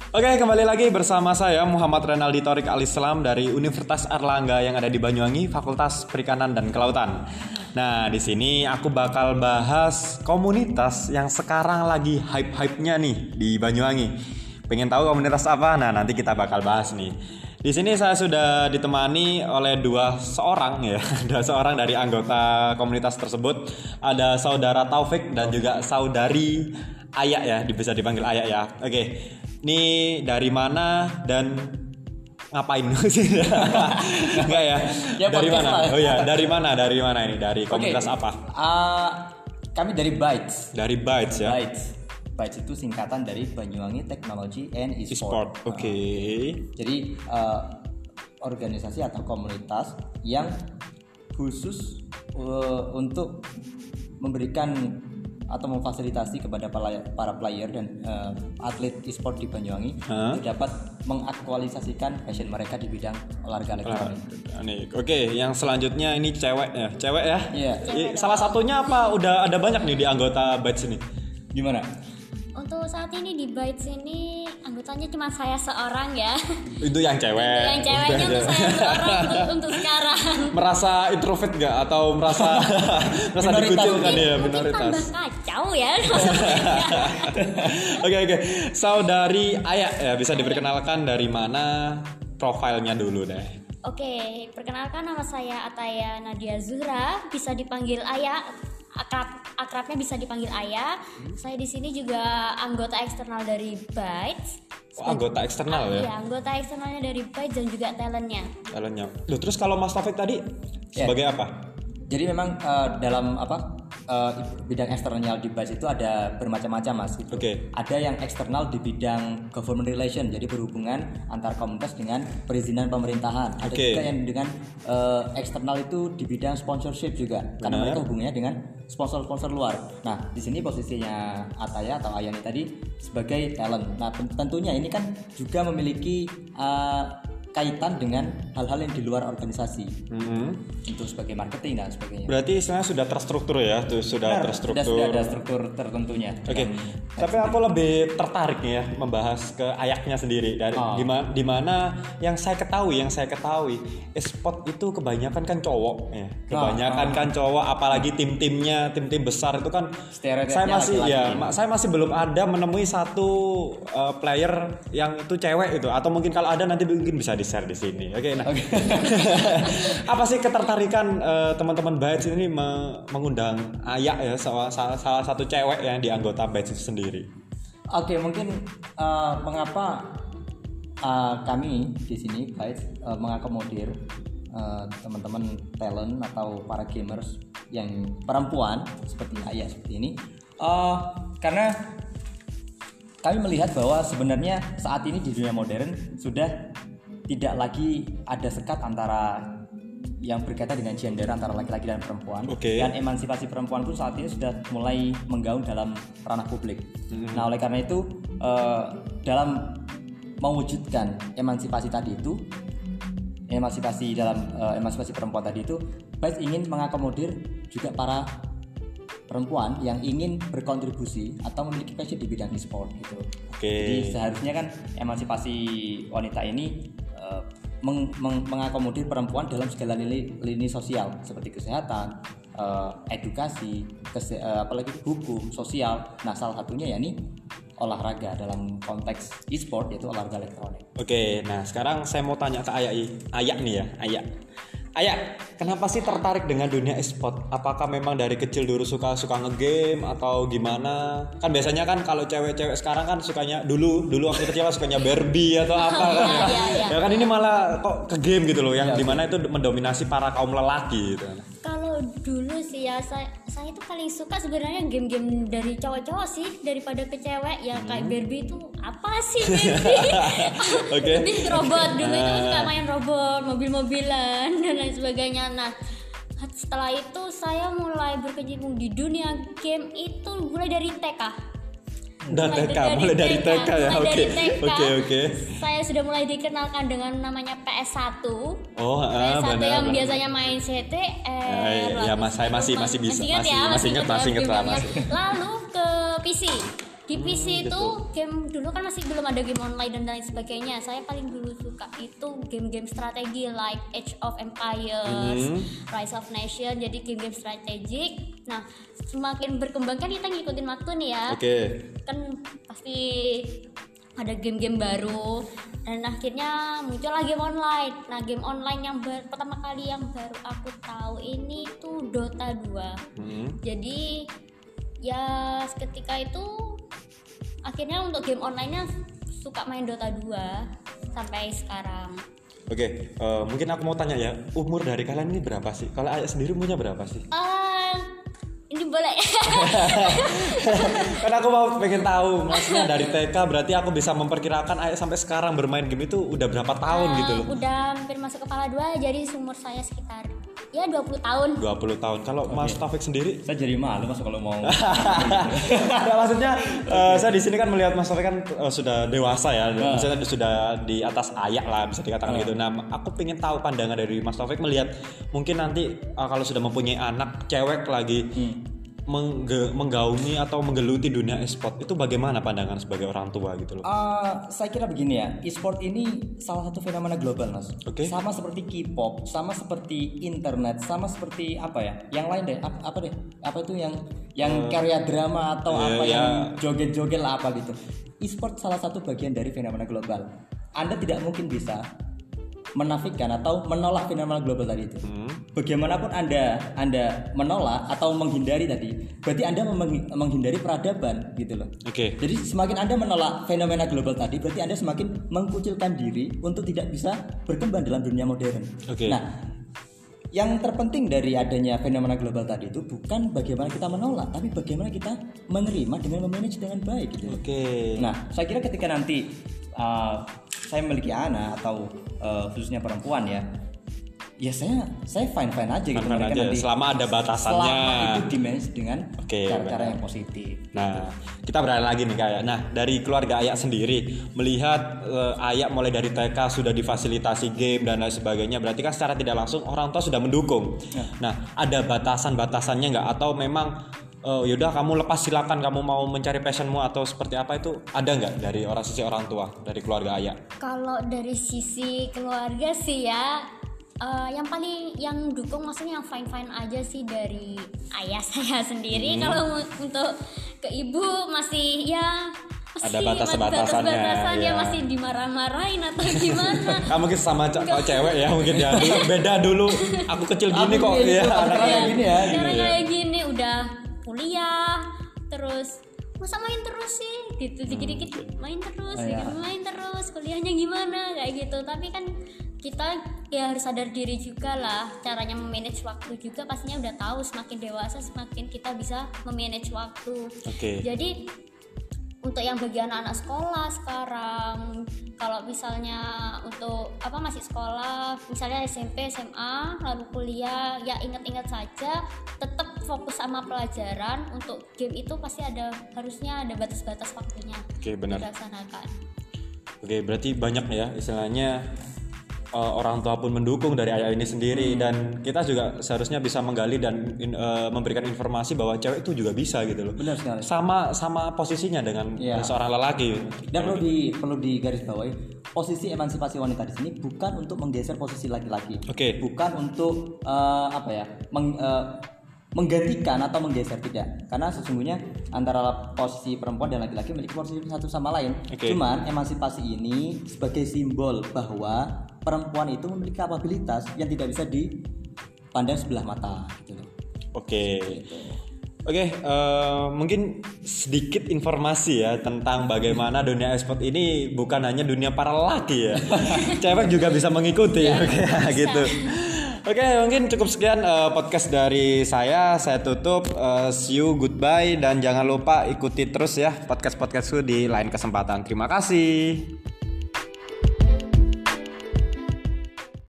Oke, kembali lagi bersama saya Muhammad Renaldi Thorik Al-Islam dari Universitas Airlangga yang ada di Banyuwangi, Fakultas Perikanan dan Kelautan. Nah, di sini aku bakal bahas komunitas yang sekarang lagi hype-hype-nya nih di Banyuwangi. Pengen tahu komunitas apa? Nah, nanti kita bakal bahas nih. Di sini saya sudah ditemani oleh dua seorang dari anggota komunitas tersebut. Ada saudara Taufik dan juga saudari Ayak ya, bisa dipanggil Ayak ya. Oke. Ini dari mana dan ngapain sih? Enggak ya? Dari mana? Oh ya, dari mana ini? Dari komunitas apa? Kami dari Bytes. Dari Bytes ya. Bytes itu singkatan dari Banyuwangi Technology and E-Sport. Oke. Jadi organisasi atau komunitas yang khusus untuk memberikan atau memfasilitasi kepada para player dan atlet e-sport di Banyuwangi untuk dapat mengaktualisasikan passion mereka di bidang olahraga elektronik. Oke, yang selanjutnya ini cewek ya? Iya. Salah satunya apa? Udah ada banyak nih di anggota Bytes ini. Gimana? Untuk saat ini di Bytes ini anggotanya cuma saya seorang ya. Itu yang cewek. Yang ceweknya tuh saya seorang untuk sekarang. Merasa introvert gak? Atau merasa dikucilkan ya minoritas? Mungkin tambah kacau ya. Oke. Saudari Ayak ya, bisa diperkenalkan dari mana, profilnya dulu deh. Oke, perkenalkan nama saya Ataya Nadia Zuhra, bisa dipanggil Ayak. Akrabnya bisa dipanggil Ayah. Saya di sini juga anggota eksternal dari Bytes. Anggota eksternal ya? Iya, anggota eksternalnya dari Bytes dan juga talentnya. Loh, terus kalau Mas Taufik tadi sebagai apa? Jadi memang dalam bidang eksternal di Bytes itu ada bermacam-macam Mas. Oke. Ada yang eksternal di bidang government relation, jadi berhubungan antar komunitas dengan perizinan pemerintahan. Ada juga yang dengan eksternal itu di bidang sponsorship juga, karena mereka hubungannya dengan sponsor-sponsor luar. Nah, di sini posisinya Ataya atau Ayani tadi sebagai talent. Nah, tentunya ini kan juga memiliki kaitan dengan hal-hal yang di luar organisasi, untuk sebagai marketing dan sebagainya. Berarti istilahnya sudah terstruktur ya, sudah terstruktur. Sudah ada struktur tertentunya. Oke. Tapi aku lebih tertarik nih ya membahas ke Ayaknya sendiri dari di mana yang saya ketahui e-sport itu kebanyakan kan cowok ya. Kebanyakan kan cowok, apalagi tim besar itu kan saya masih belum ada menemui satu player yang itu cewek itu, atau mungkin kalau ada nanti mungkin bisa di-share di sini. Oke. Apa sih ketertarikan teman-teman Bytes ini mengundang Ayak ya, salah satu cewek yang di anggota Bytes itu sendiri? Oke, mungkin mengapa kami di sini Bytes mengakomodir teman-teman talent atau para gamers yang perempuan seperti Ayak seperti ini, karena kami melihat bahwa sebenarnya saat ini di dunia modern sudah tidak lagi ada sekat antara yang berkaitan dengan gender antara laki-laki dan perempuan. Dan emansipasi perempuan pun saat ini sudah mulai menggaung dalam ranah publik. Nah, oleh karena itu dalam mewujudkan emansipasi perempuan tadi itu, Bytes ingin mengakomodir juga para perempuan yang ingin berkontribusi atau memiliki passion di bidang e-sport gitu. Jadi seharusnya kan emansipasi wanita ini mengakomodir perempuan dalam segala lini sosial seperti kesehatan, edukasi, apalagi hukum, sosial. Nah, salah satunya yakni olahraga dalam konteks e-sport, yaitu olahraga elektronik. Oke, nah sekarang saya mau tanya ke Ayak nih ya, Ayak, kenapa sih tertarik dengan dunia e-sport? Apakah memang dari kecil dulu suka nge-game atau gimana? Kan biasanya kan kalau cewek-cewek sekarang kan sukanya dulu waktu kecil sukanya Barbie atau apa kan ya. Ya kan ini malah kok ke game gitu loh, yang dimana itu mendominasi para kaum lelaki gitu. Kalau dulu sih ya saya itu paling suka sebenarnya game-game dari cowok-cowok sih daripada ke cewek ya. Kayak Barbie itu apa sih Barbie? Lebih ke robot. Dulu itu suka main robot, mobil-mobilan dan lain sebagainya. Nah, setelah itu saya mulai berkecimpung di dunia game itu mulai dari TK. Mulai dari TK ya. Oke. Saya sudah mulai dikenalkan dengan namanya PS1. PS1 benar, yang biasanya main CTR. Saya masih bisa. Masih ingat. Lalu ke PC. Di PC itu game dulu kan masih belum ada game online dan lain sebagainya. Saya paling dulu suka itu game-game strategi like Age of Empires, Rise of Nation, jadi game-game strategik. Nah, semakin berkembang kan kita ngikutin waktu nih ya. Kan pasti ada game-game baru dan akhirnya muncullah game online. Nah, game online yang pertama kali yang baru aku tahu ini tuh Dota 2. Jadi ya seketika itu akhirnya untuk game online-nya suka main Dota 2 sampai sekarang. Mungkin aku mau tanya ya, umur dari kalian ini berapa sih? Kalau Ayah sendiri umurnya berapa sih? Ini boleh. Kan aku mau pengen tahu, maksudnya dari TK berarti aku bisa memperkirakan Ayah sampai sekarang bermain game itu udah berapa tahun gitu loh. Udah hampir masuk kepala 2, jadi umur saya sekitar ya 20 tahun. 20 tahun. Kalau Mas Taufik sendiri? Saya jadi malu Mas kalau mau. Nah, maksudnya saya di sini kan melihat Mas Taufik kan sudah dewasa ya, maksudnya sudah di atas Ayah lah bisa dikatakan gitu. Nah, aku pengen tahu pandangan dari Mas Taufik melihat mungkin nanti kalau sudah mempunyai anak cewek lagi menggaungi atau menggeluti dunia e-sport, itu bagaimana pandangan sebagai orang tua gitu loh? Saya kira begini ya, e-sport ini salah satu fenomena global Mas. Sama seperti K-pop, sama seperti internet, sama seperti apa ya? Yang lain deh, apa itu yang karya drama atau yang joget-joget lah apa gitu. E-sport salah satu bagian dari fenomena global. Anda tidak mungkin bisa menafikan atau menolak fenomena global tadi itu. Bagaimanapun Anda menolak atau menghindari tadi, berarti Anda menghindari peradaban gitu loh. Jadi semakin Anda menolak fenomena global tadi, berarti Anda semakin mengkucilkan diri untuk tidak bisa berkembang dalam dunia modern. Nah, yang terpenting dari adanya fenomena global tadi itu bukan bagaimana kita menolak, tapi bagaimana kita menerima dengan memanage dengan baik gitu. Nah, saya kira ketika nanti saya memiliki anak atau khususnya perempuan ya saya fine aja gitu. Nanti selama ada batasannya, selama itu dimanage dengan cara-cara yang positif. Nah, kita beralih lagi nih kayak. Nah, dari keluarga Ayah sendiri melihat Ayah mulai dari TK sudah difasilitasi game dan lain sebagainya, berarti kan secara tidak langsung orang tua sudah mendukung. Nah, ada batasannya nggak atau memang yaudah kamu lepas, silakan kamu mau mencari passionmu atau seperti apa, itu ada nggak dari sisi orang tua, dari keluarga Ayah? Kalau dari sisi keluarga sih ya, yang dukung maksudnya yang fine aja sih dari ayah saya sendiri. Kalau untuk ke ibu masih ada batas-batasannya, masih dimarah-marahin atau gimana. Kamu mungkin sama cewek ya, mungkin ya beda dulu. Aku kecil gini kok ya, anaknya gini ya. Kayak gini udah kuliah terus masa main terus sih gitu, dikit-dikit main terus, kuliahnya gimana kayak gitu. Tapi kan kita ya harus sadar diri juga lah, caranya memanage waktu juga pastinya udah tahu. Semakin dewasa semakin kita bisa memanage waktu. Jadi untuk yang bagi anak-anak sekolah sekarang, kalau misalnya untuk masih sekolah, misalnya SMP, SMA, lalu kuliah, ya ingat-ingat saja, tetap fokus sama pelajaran. Untuk game itu pasti harusnya ada batas-batas waktunya. Benar. Dilaksanakan. Berarti banyak ya istilahnya orang tua pun mendukung dari Ayah ini sendiri, dan kita juga seharusnya bisa menggali dan memberikan informasi bahwa cewek itu juga bisa gitu loh. Benar sekali. Sama posisinya dengan seorang lelaki. Dan perlu digarisbawahi, posisi emansipasi wanita di sini bukan untuk menggeser posisi laki-laki. Bukan untuk menggantikan atau menggeser, tidak. Karena sesungguhnya antara posisi perempuan dan laki-laki memiliki posisi satu sama lain. Cuman emansipasi ini sebagai simbol bahwa perempuan itu memiliki kapabilitas yang tidak bisa dipandang sebelah mata gitu. Mungkin sedikit informasi ya tentang bagaimana dunia e-sport ini bukan hanya dunia para lelaki ya. Cewek juga bisa mengikuti. Gitu. Mungkin cukup sekian podcast dari saya tutup. See you, goodbye, dan jangan lupa ikuti terus ya podcast-podcastku di lain kesempatan. Terima kasih.